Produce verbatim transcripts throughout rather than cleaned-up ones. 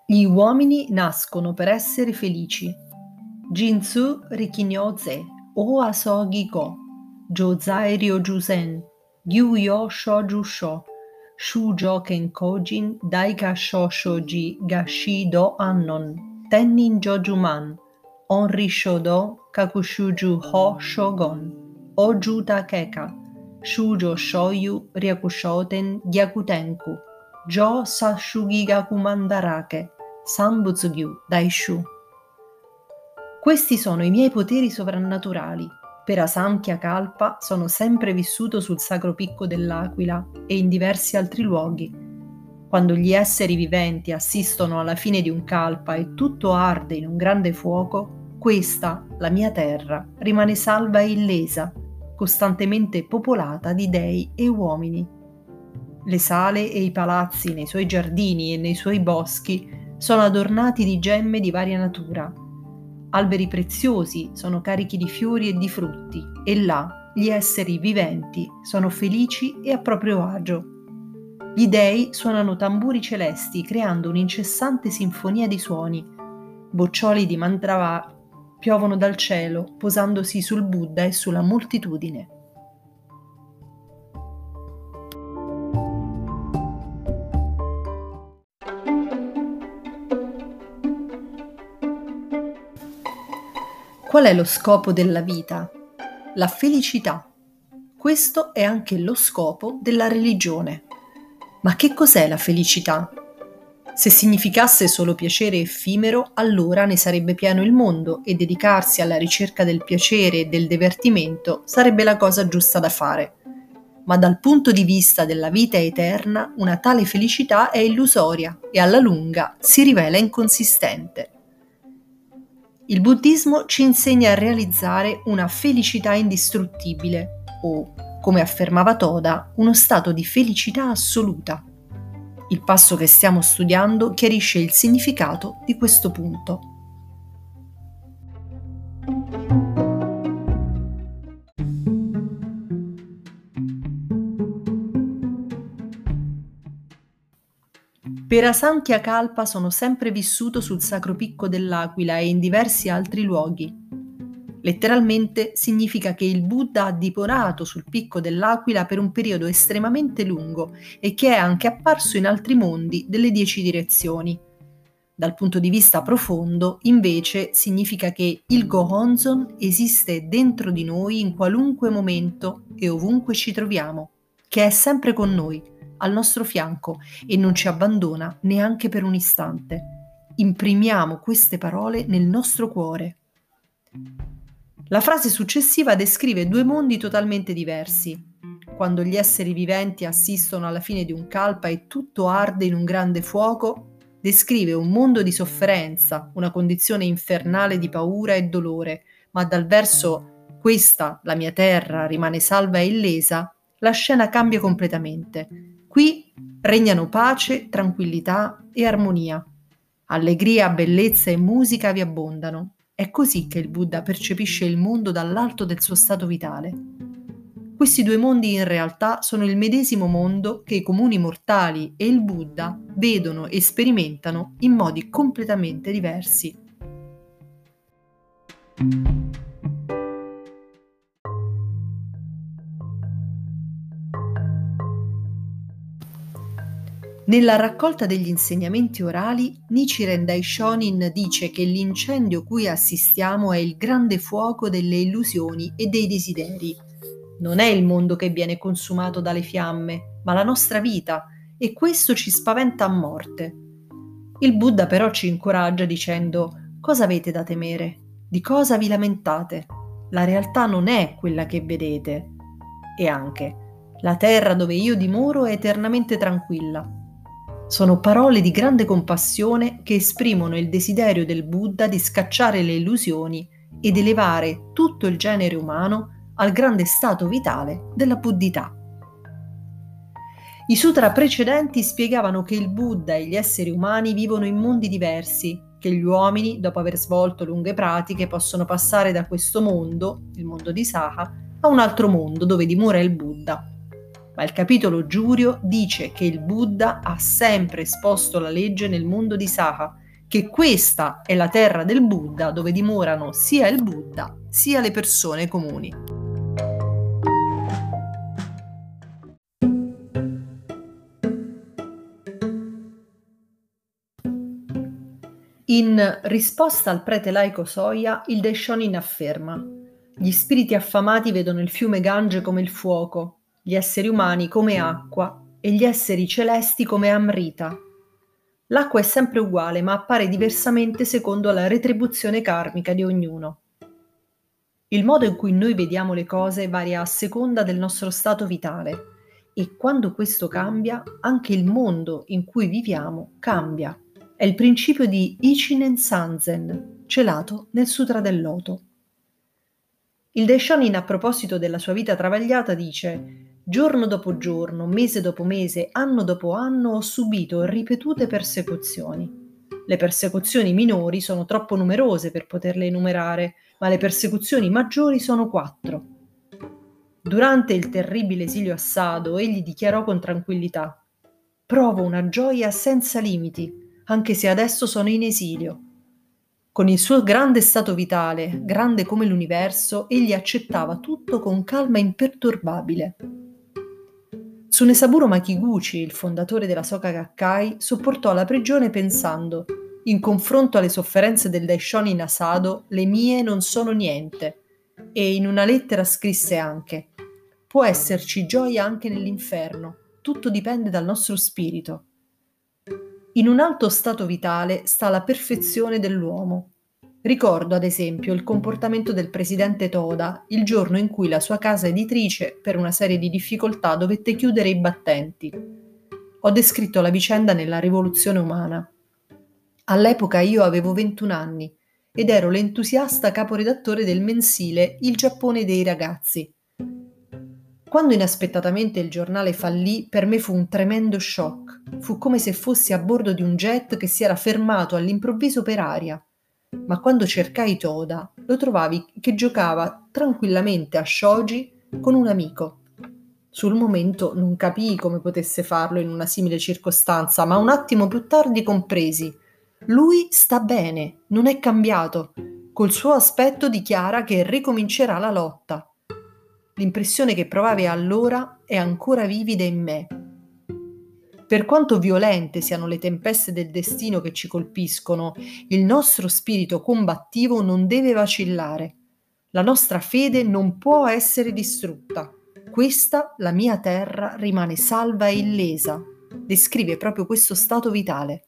Gli uomini nascono per essere felici. Jinsu Rikkinyo-ze, O Asogi Go, Jōzai Ryōjusen, Gyūyō Shōju Shō, Shūjō Kenkōjin Daika Shōshōji Gashi Do Annon, Tennin Jōjuman, Onri Shōdo Kakushuju Ho Shogon, Ojuta Keka, Shūjō Shōyu Ryakushoten Gyakutenku, Jo Sashugigakumandarake, Sanbutsugyu Daishu. Questi sono i miei poteri sovrannaturali. Per Asamkhya Kalpa sono sempre vissuto sul sacro picco dell'Aquila e in diversi altri luoghi. Quando gli esseri viventi assistono alla fine di un kalpa e tutto arde in un grande fuoco, questa, la mia terra, rimane salva e illesa, costantemente popolata di dei e uomini. Le sale e i palazzi nei suoi giardini e nei suoi boschi sono adornati di gemme di varia natura. Alberi preziosi sono carichi di fiori e di frutti, e là gli esseri viventi sono felici e a proprio agio. Gli dei suonano tamburi celesti, creando un'incessante sinfonia di suoni. Boccioli di mandrava piovono dal cielo, posandosi sul Buddha e sulla moltitudine. Qual è lo scopo della vita? La felicità. Questo è anche lo scopo della religione. Ma che cos'è la felicità? Se significasse solo piacere effimero, allora ne sarebbe pieno il mondo e dedicarsi alla ricerca del piacere e del divertimento sarebbe la cosa giusta da fare. Ma dal punto di vista della vita eterna, una tale felicità è illusoria e alla lunga si rivela inconsistente. Il buddismo ci insegna a realizzare una felicità indistruttibile o, come affermava Toda, uno stato di felicità assoluta. Il passo che stiamo studiando chiarisce il significato di questo punto. Per Asamkhya Kalpa sono sempre vissuto sul sacro picco dell'Aquila e in diversi altri luoghi. Letteralmente significa che il Buddha ha dimораto sul picco dell'Aquila per un periodo estremamente lungo e che è anche apparso in altri mondi delle dieci direzioni. Dal punto di vista profondo, invece, significa che il Gohonzon esiste dentro di noi in qualunque momento e ovunque ci troviamo, che è sempre con noi, al nostro fianco e non ci abbandona neanche per un istante. Imprimiamo queste parole nel nostro cuore. La frase successiva descrive due mondi totalmente diversi. Quando gli esseri viventi assistono alla fine di un kalpa e tutto arde in un grande fuoco, descrive un mondo di sofferenza, una condizione infernale di paura e dolore, ma dal verso "questa, la mia terra, rimane salva e illesa", la scena cambia completamente. Qui regnano pace, tranquillità e armonia. Allegria, bellezza e musica vi abbondano. È così che il Buddha percepisce il mondo dall'alto del suo stato vitale. Questi due mondi in realtà sono il medesimo mondo che i comuni mortali e il Buddha vedono e sperimentano in modi completamente diversi. Nella raccolta degli insegnamenti orali, Nichiren Daishonin dice che l'incendio cui assistiamo è il grande fuoco delle illusioni e dei desideri. Non è il mondo che viene consumato dalle fiamme, ma la nostra vita, e questo ci spaventa a morte. Il Buddha però ci incoraggia dicendo: cosa avete da temere? Di cosa vi lamentate? La realtà non è quella che vedete. E anche, la terra dove io dimoro è eternamente tranquilla. Sono parole di grande compassione che esprimono il desiderio del Buddha di scacciare le illusioni ed elevare tutto il genere umano al grande stato vitale della buddhità. I sutra precedenti spiegavano che il Buddha e gli esseri umani vivono in mondi diversi, che gli uomini, dopo aver svolto lunghe pratiche, possono passare da questo mondo, il mondo di Saha, a un altro mondo dove dimora il Buddha. Ma il capitolo Giuryo dice che il Buddha ha sempre esposto la legge nel mondo di Saha che questa è la terra del Buddha dove dimorano sia il Buddha sia le persone comuni. In risposta al prete laico Soia, il Daishonin afferma: gli spiriti affamati vedono il fiume Gange come il fuoco, gli esseri umani come acqua e gli esseri celesti come Amrita. L'acqua è sempre uguale, ma appare diversamente secondo la retribuzione karmica di ognuno. Il modo in cui noi vediamo le cose varia a seconda del nostro stato vitale e quando questo cambia, anche il mondo in cui viviamo cambia. È il principio di Ichinen Sanzen, celato nel Sutra del Loto. Il Daishonin, a proposito della sua vita travagliata, dice: giorno dopo giorno, mese dopo mese, anno dopo anno ho subito ripetute persecuzioni. Le persecuzioni minori sono troppo numerose per poterle enumerare, ma le persecuzioni maggiori sono quattro. Durante il terribile esilio a Sado, egli dichiarò con tranquillità: provo una gioia senza limiti, anche se adesso sono in esilio. Con il suo grande stato vitale, grande come l'universo, egli accettava tutto con calma imperturbabile. Tsunesaburo Makiguchi, il fondatore della Soka Gakkai, sopportò la prigione pensando: in confronto alle sofferenze del Daishonin a Sado, le mie non sono niente. E in una lettera scrisse anche: può esserci gioia anche nell'inferno, tutto dipende dal nostro spirito. In un alto stato vitale sta la perfezione dell'uomo. Ricordo, ad esempio, il comportamento del presidente Toda il giorno in cui la sua casa editrice, per una serie di difficoltà, dovette chiudere i battenti. Ho descritto la vicenda nella Rivoluzione umana. All'epoca io avevo ventuno anni ed ero l'entusiasta caporedattore del mensile Il Giappone dei ragazzi. Quando inaspettatamente il giornale fallì, per me fu un tremendo shock. Fu come se fossi a bordo di un jet che si era fermato all'improvviso per aria. Ma quando cercai Toda, lo trovavi che giocava tranquillamente a shogi con un amico. Sul momento non capii come potesse farlo in una simile circostanza, ma un attimo più tardi compresi. Lui sta bene, non è cambiato. Col suo aspetto dichiara che ricomincerà la lotta. L'impressione che provavi allora è ancora vivida in me. Per quanto violente siano le tempeste del destino che ci colpiscono, il nostro spirito combattivo non deve vacillare. La nostra fede non può essere distrutta. Questa, la mia terra, rimane salva e illesa. Descrive proprio questo stato vitale.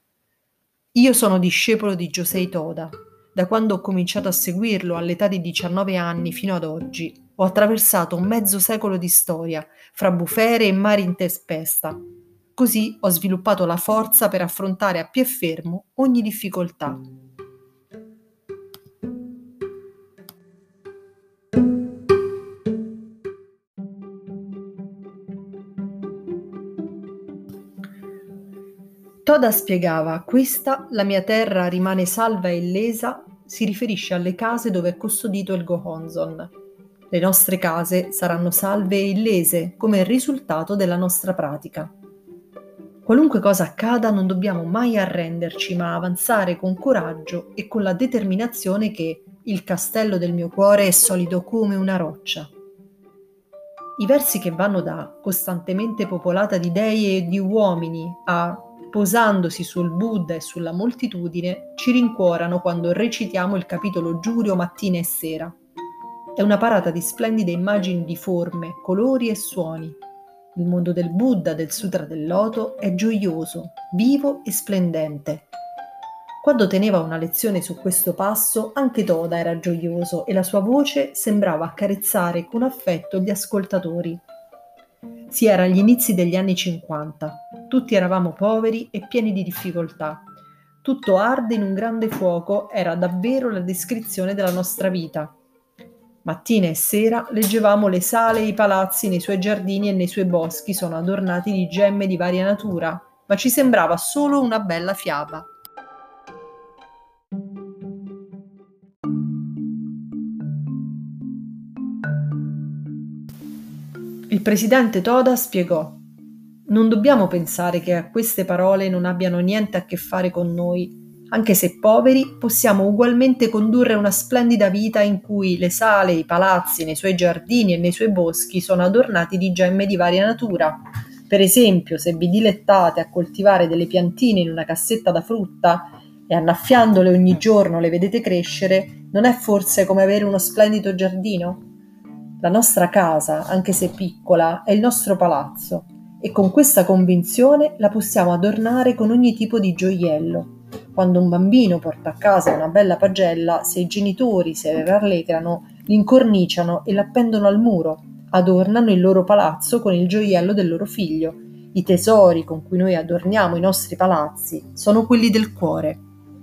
Io sono discepolo di Josei Toda. Da quando ho cominciato a seguirlo all'età di diciannove anni fino ad oggi, ho attraversato un mezzo secolo di storia, fra bufere e mari in tempesta. Così ho sviluppato la forza per affrontare a piè fermo ogni difficoltà. Toda spiegava: questa, la mia terra, rimane salva e illesa, si riferisce alle case dove è custodito il Gohonzon. Le nostre case saranno salve e illese come il risultato della nostra pratica. Qualunque cosa accada, non dobbiamo mai arrenderci, ma avanzare con coraggio e con la determinazione che il castello del mio cuore è solido come una roccia. I versi che vanno da costantemente popolata di dei e di uomini a posandosi sul Buddha e sulla moltitudine ci rincuorano quando recitiamo il capitolo Giuryo mattina e sera. È una parata di splendide immagini di forme, colori e suoni. Il mondo del Buddha, del Sutra del Loto, è gioioso, vivo e splendente. Quando teneva una lezione su questo passo, anche Toda era gioioso e la sua voce sembrava accarezzare con affetto gli ascoltatori. Si era agli inizi degli anni cinquanta. Tutti eravamo poveri e pieni di difficoltà. Tutto arde in un grande fuoco era davvero la descrizione della nostra vita. Mattina e sera leggevamo le sale e i palazzi nei suoi giardini e nei suoi boschi sono adornati di gemme di varia natura, ma ci sembrava solo una bella fiaba. Il presidente Toda spiegò: non dobbiamo pensare che queste parole non abbiano niente a che fare con noi. Anche se poveri, possiamo ugualmente condurre una splendida vita in cui le sale, i palazzi, nei suoi giardini e nei suoi boschi sono adornati di gemme di varia natura. Per esempio, se vi dilettate a coltivare delle piantine in una cassetta da frutta e annaffiandole ogni giorno le vedete crescere, non è forse come avere uno splendido giardino? La nostra casa, anche se piccola, è il nostro palazzo e con questa convinzione la possiamo adornare con ogni tipo di gioiello. Quando un bambino porta a casa una bella pagella, se i genitori se ne rallegrano, l'incorniciano e l'appendono al muro, adornano il loro palazzo con il gioiello del loro figlio. I tesori con cui noi adorniamo i nostri palazzi sono quelli del cuore.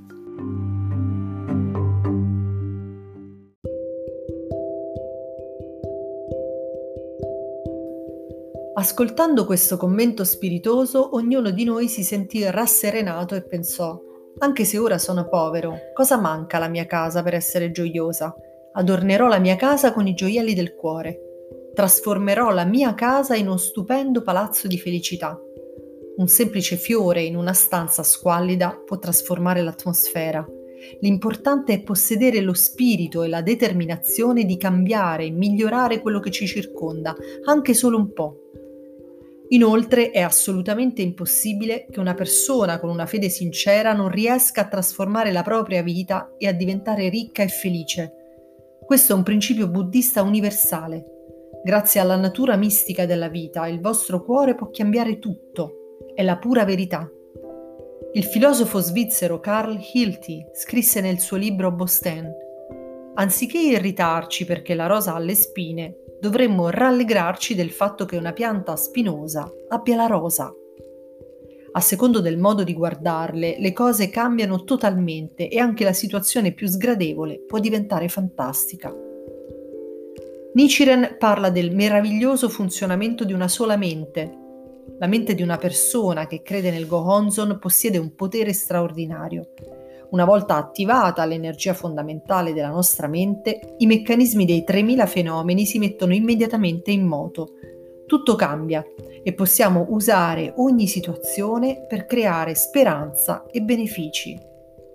Ascoltando questo commento spiritoso, ognuno di noi si sentì rasserenato e pensò: anche se ora sono povero, cosa manca alla mia casa per essere gioiosa? Adornerò la mia casa con i gioielli del cuore. Trasformerò la mia casa in uno stupendo palazzo di felicità. Un semplice fiore in una stanza squallida può trasformare l'atmosfera. L'importante è possedere lo spirito e la determinazione di cambiare e migliorare quello che ci circonda, anche solo un po'. Inoltre è assolutamente impossibile che una persona con una fede sincera non riesca a trasformare la propria vita e a diventare ricca e felice. Questo è un principio buddista universale. Grazie alla natura mistica della vita, il vostro cuore può cambiare tutto. È la pura verità. Il filosofo svizzero Carl Hilty scrisse nel suo libro Bostan: anziché irritarci perché la rosa ha le spine, dovremmo rallegrarci del fatto che una pianta spinosa abbia la rosa. A secondo del modo di guardarle, le cose cambiano totalmente e anche la situazione più sgradevole può diventare fantastica. Nichiren parla del meraviglioso funzionamento di una sola mente. La mente di una persona che crede nel Gohonzon possiede un potere straordinario. Una volta attivata l'energia fondamentale della nostra mente, i meccanismi dei tremila fenomeni si mettono immediatamente in moto. Tutto cambia e possiamo usare ogni situazione per creare speranza e benefici.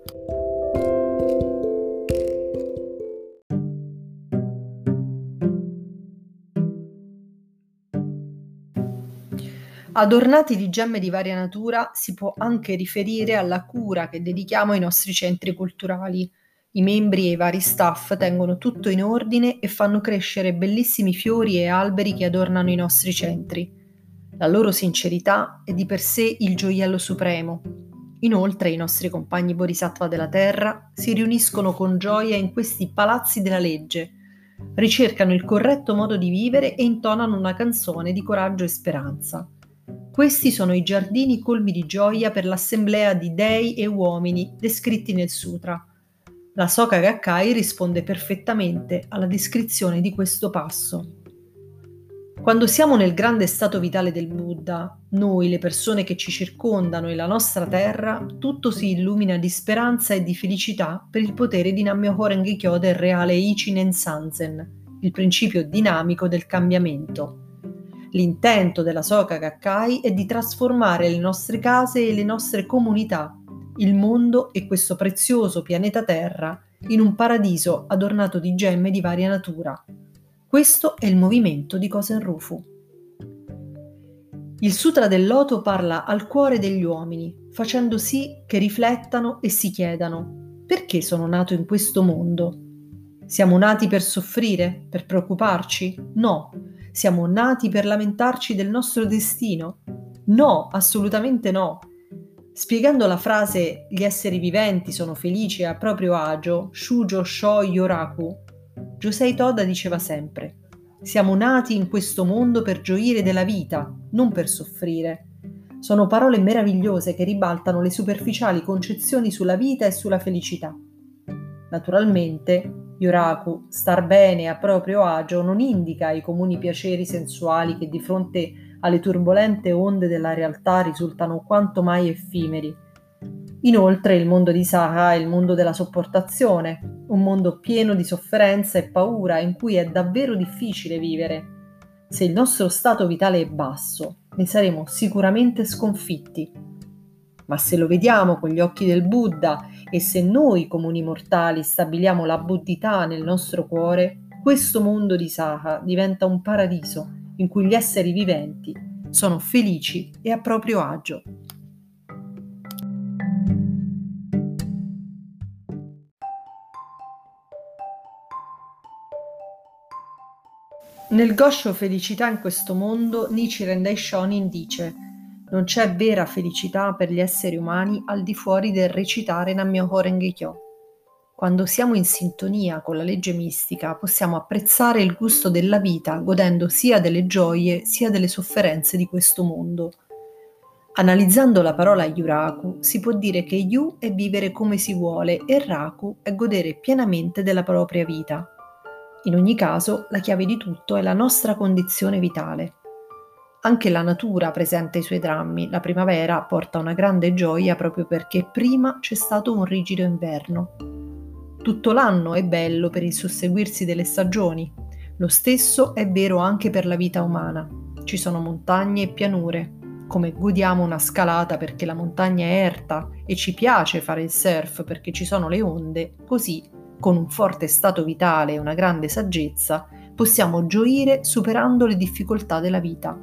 Adornati di gemme di varia natura si può anche riferire alla cura che dedichiamo ai nostri centri culturali. I membri e i vari staff tengono tutto in ordine e fanno crescere bellissimi fiori e alberi che adornano i nostri centri. La loro sincerità è di per sé il gioiello supremo. Inoltre i nostri compagni Bodhisattva della Terra si riuniscono con gioia in questi palazzi della legge, ricercano il corretto modo di vivere e intonano una canzone di coraggio e speranza. Questi sono i giardini colmi di gioia per l'assemblea di dei e uomini descritti nel sutra. La Soka Gakkai risponde perfettamente alla descrizione di questo passo. Quando siamo nel grande stato vitale del Buddha, noi, le persone che ci circondano e la nostra terra, tutto si illumina di speranza e di felicità per il potere di Nammyoho Renge Kyo del reale Ichinen Sanzen, il principio dinamico del cambiamento. L'intento della Soka Gakkai è di trasformare le nostre case e le nostre comunità, il mondo e questo prezioso pianeta Terra in un paradiso adornato di gemme di varia natura. Questo è il movimento di Kosen Rufu. Il Sutra del Loto parla al cuore degli uomini, facendo sì che riflettano e si chiedano: perché sono nato in questo mondo? Siamo nati per soffrire? Per preoccuparci? No. Siamo nati per lamentarci del nostro destino? No, assolutamente no. Spiegando la frase "gli esseri viventi sono felici e a proprio agio", Shujo Sho Yoraku, Josei Toda diceva sempre: siamo nati in questo mondo per gioire della vita, non per soffrire. Sono parole meravigliose che ribaltano le superficiali concezioni sulla vita e sulla felicità. Naturalmente, Yoraku, star bene a proprio agio non indica i comuni piaceri sensuali che di fronte alle turbolente onde della realtà risultano quanto mai effimeri. Inoltre il mondo di Saha è il mondo della sopportazione, un mondo pieno di sofferenza e paura in cui è davvero difficile vivere. Se il nostro stato vitale è basso, ne saremo sicuramente sconfitti. Ma se lo vediamo con gli occhi del Buddha e se noi comuni mortali stabiliamo la buddhità nel nostro cuore, questo mondo di Saha diventa un paradiso in cui gli esseri viventi sono felici e a proprio agio. Nel Gosho Felicità in questo mondo, Nichiren Daishonin dice: non c'è vera felicità per gli esseri umani al di fuori del recitare Nam-myoho Renge-kyo. Quando siamo in sintonia con la legge mistica, possiamo apprezzare il gusto della vita, godendo sia delle gioie sia delle sofferenze di questo mondo. Analizzando la parola Yuraku, si può dire che Yu è vivere come si vuole e Raku è godere pienamente della propria vita. In ogni caso, la chiave di tutto è la nostra condizione vitale. Anche la natura presenta i suoi drammi. La primavera porta una grande gioia proprio perché prima c'è stato un rigido inverno. Tutto l'anno è bello per il susseguirsi delle stagioni. Lo stesso è vero anche per la vita umana. Ci sono montagne e pianure. Come godiamo una scalata perché la montagna è erta e ci piace fare il surf perché ci sono le onde, così, con un forte stato vitale e una grande saggezza, possiamo gioire superando le difficoltà della vita.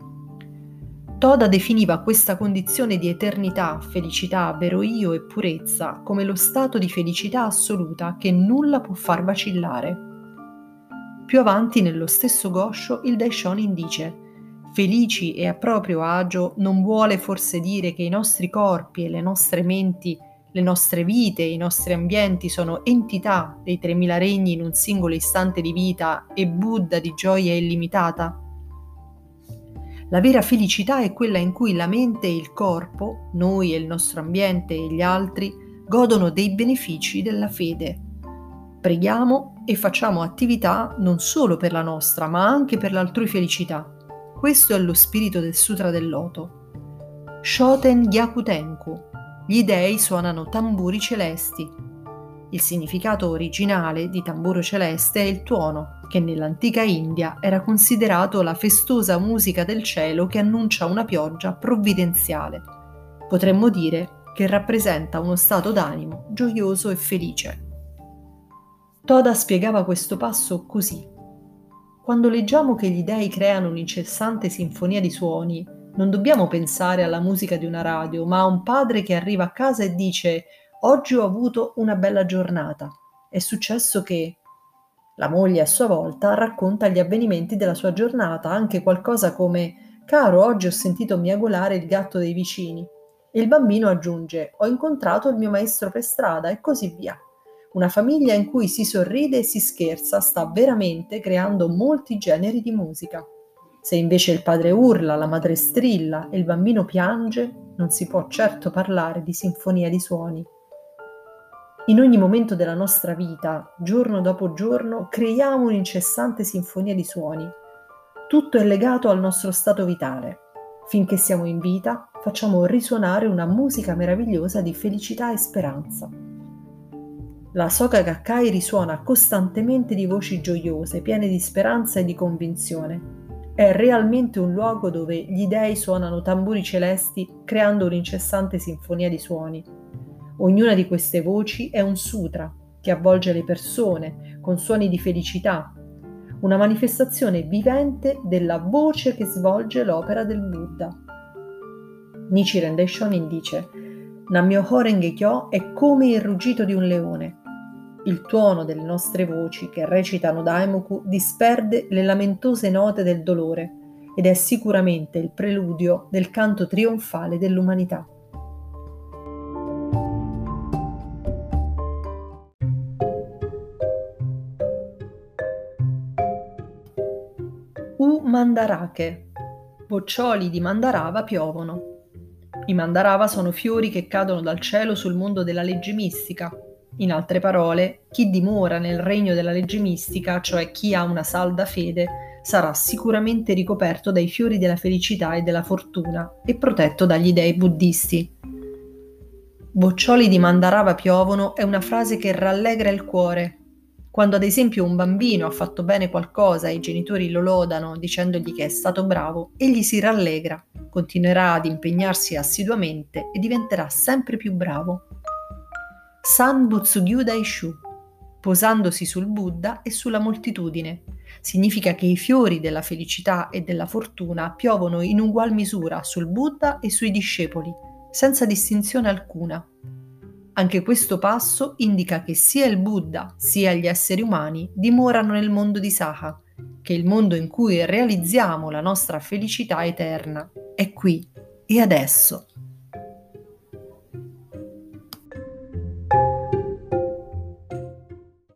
Toda definiva questa condizione di eternità, felicità, vero io e purezza come lo stato di felicità assoluta che nulla può far vacillare. Più avanti nello stesso Gosho il Daishonin dice: felici e a proprio agio non vuole forse dire che i nostri corpi e le nostre menti, le nostre vite, i nostri ambienti sono entità dei tremila regni in un singolo istante di vita e Buddha di gioia illimitata? La vera felicità è quella in cui la mente e il corpo, noi e il nostro ambiente e gli altri, godono dei benefici della fede. Preghiamo e facciamo attività non solo per la nostra, ma anche per l'altrui felicità. Questo è lo spirito del Sutra del Loto. Shoten Gyakutenku. Gli dei suonano tamburi celesti. Il significato originale di tamburo celeste è il tuono, che nell'antica India era considerato la festosa musica del cielo che annuncia una pioggia provvidenziale. Potremmo dire che rappresenta uno stato d'animo gioioso e felice. Toda spiegava questo passo così: quando leggiamo che gli dei creano un'incessante sinfonia di suoni, non dobbiamo pensare alla musica di una radio, ma a un padre che arriva a casa e dice: oggi ho avuto una bella giornata. È successo che... La moglie a sua volta racconta gli avvenimenti della sua giornata, anche qualcosa come: caro, oggi ho sentito miagolare il gatto dei vicini. E il bambino aggiunge: ho incontrato il mio maestro per strada e così via. Una famiglia in cui si sorride e si scherza sta veramente creando molti generi di musica. Se invece il padre urla, la madre strilla e il bambino piange, non si può certo parlare di sinfonia di suoni. In ogni momento della nostra vita, giorno dopo giorno, creiamo un'incessante sinfonia di suoni. Tutto è legato al nostro stato vitale. Finché siamo in vita, facciamo risuonare una musica meravigliosa di felicità e speranza. La Soka Gakkai risuona costantemente di voci gioiose, piene di speranza e di convinzione. È realmente un luogo dove gli dei suonano tamburi celesti creando un'incessante sinfonia di suoni. Ognuna di queste voci è un sutra che avvolge le persone con suoni di felicità, una manifestazione vivente della voce che svolge l'opera del Buddha. Nichiren Daishonin dice: Nam-myoho Renge-kyo è come il ruggito di un leone. Il tuono delle nostre voci che recitano Daimoku disperde le lamentose note del dolore ed è sicuramente il preludio del canto trionfale dell'umanità. U Mandarake. Boccioli di Mandarava piovono. I Mandarava sono fiori che cadono dal cielo sul mondo della legge mistica. In altre parole, chi dimora nel regno della legge mistica, cioè chi ha una salda fede, sarà sicuramente ricoperto dai fiori della felicità e della fortuna e protetto dagli dei buddisti. Boccioli di Mandarava piovono è una frase che rallegra il cuore. Quando ad esempio un bambino ha fatto bene qualcosa e i genitori lo lodano dicendogli che è stato bravo, egli si rallegra, continuerà ad impegnarsi assiduamente e diventerà sempre più bravo. San Butsugyū Daishu, posandosi sul Buddha e sulla moltitudine. Significa che i fiori della felicità e della fortuna piovono in ugual misura sul Buddha e sui discepoli, senza distinzione alcuna. Anche questo passo indica che sia il Buddha sia gli esseri umani dimorano nel mondo di Saha, che è il mondo in cui realizziamo la nostra felicità eterna. È qui e adesso.